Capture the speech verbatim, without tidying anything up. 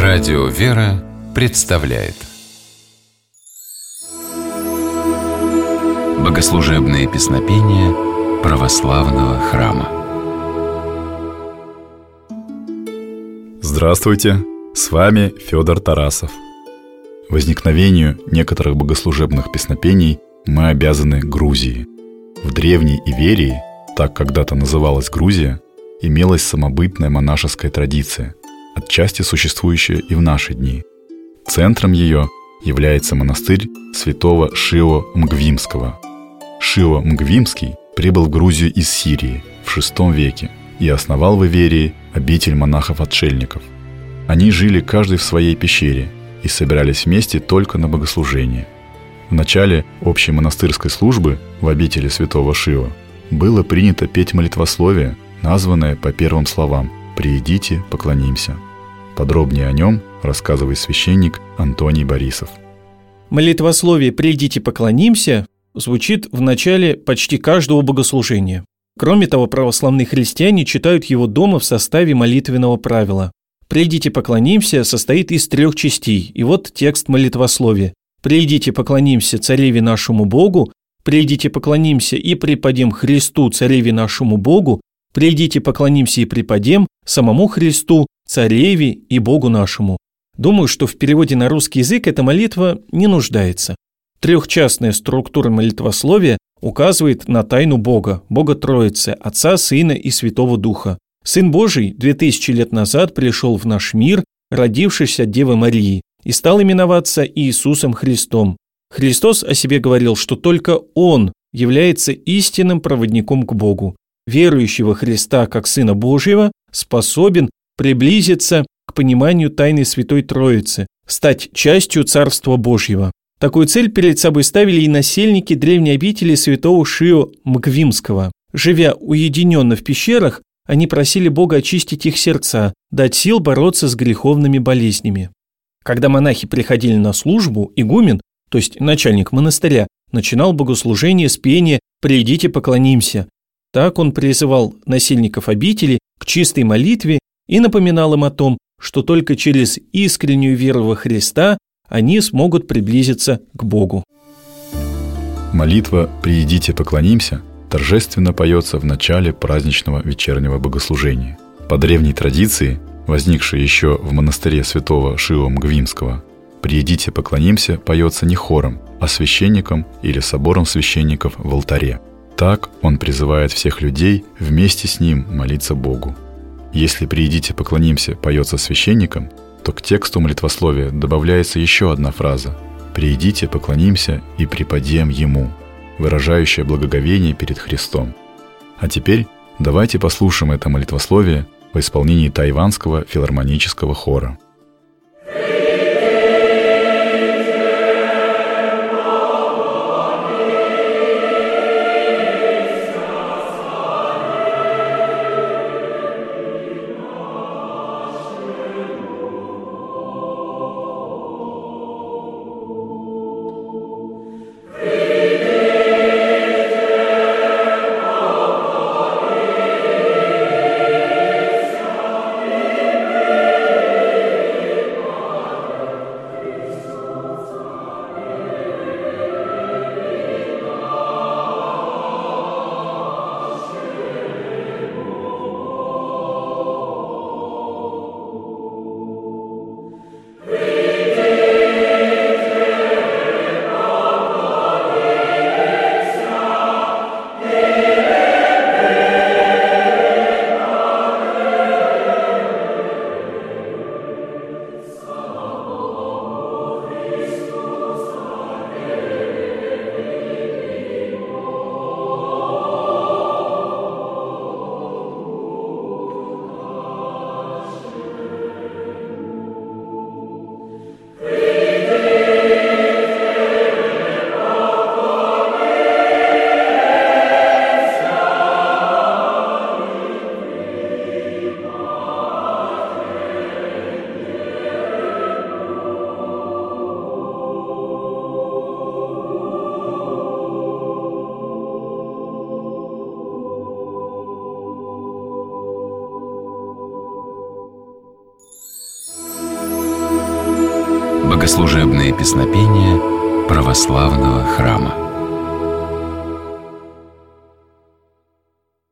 Радио «Вера» представляет богослужебные песнопения православного храма. Здравствуйте, с вами Федор Тарасов. Возникновению некоторых богослужебных песнопений мы обязаны Грузии. В Древней Иверии, так когда-то называлась Грузия, имелась самобытная монашеская традиция, отчасти существующая и в наши дни. Центром ее является монастырь святого Шио Мгвимского. Шио Мгвимский прибыл в Грузию из Сирии в шестом веке и основал в Иверии обитель монахов-отшельников. Они жили каждый в своей пещере и собирались вместе только на богослужение. В начале общей монастырской службы в обители святого Шио было принято петь молитвословие, названное по первым словам «Приидите, поклонимся». Подробнее о нем рассказывает священник Антоний Борисов. Молитвословие «Придите, поклонимся» звучит в начале почти каждого богослужения. Кроме того, православные христиане читают его дома в составе молитвенного правила. «Придите, поклонимся» состоит из трех частей, и вот текст молитвословия. «Придите, поклонимся цареве нашему Богу», «Придите, поклонимся и преподем Христу, цареве нашему Богу», «Придите, поклонимся и преподем самому Христу, цареве и Богу нашему». Думаю, что в переводе на русский язык эта молитва не нуждается. Трехчастная структура молитвословия указывает на тайну Бога, Бога Троицы, Отца, Сына и Святого Духа. Сын Божий две тысячи лет назад пришел в наш мир, родившись от Девы Марии, и стал именоваться Иисусом Христом. Христос о себе говорил, что только Он является истинным проводником к Богу. Верующий во Христа как Сына Божьего способен приблизиться к пониманию тайны Святой Троицы, стать частью Царства Божьего. Такую цель перед собой ставили и насельники древней обители святого Шио Мгвимского. Живя уединенно в пещерах, они просили Бога очистить их сердца, дать сил бороться с греховными болезнями. Когда монахи приходили на службу, игумен, то есть начальник монастыря, начинал богослужение с пения «Придите, поклонимся». Так он призывал насельников обители к чистой молитве и напоминал им о том, что только через искреннюю веру во Христа они смогут приблизиться к Богу. Молитва «Приидите, поклонимся» торжественно поется в начале праздничного вечернего богослужения. По древней традиции, возникшей еще в монастыре святого Шио Мгвимского, «Приидите, поклонимся» поется не хором, а священником или собором священников в алтаре. Так он призывает всех людей вместе с ним молиться Богу. Если «Приидите, поклонимся» поется священником, то к тексту молитвословия добавляется еще одна фраза «Приидите, поклонимся и преподем Ему», выражающая благоговение перед Христом. А теперь давайте послушаем это молитвословие в исполнении Тайванского филармонического хора. Богослужебные песнопения православного храма.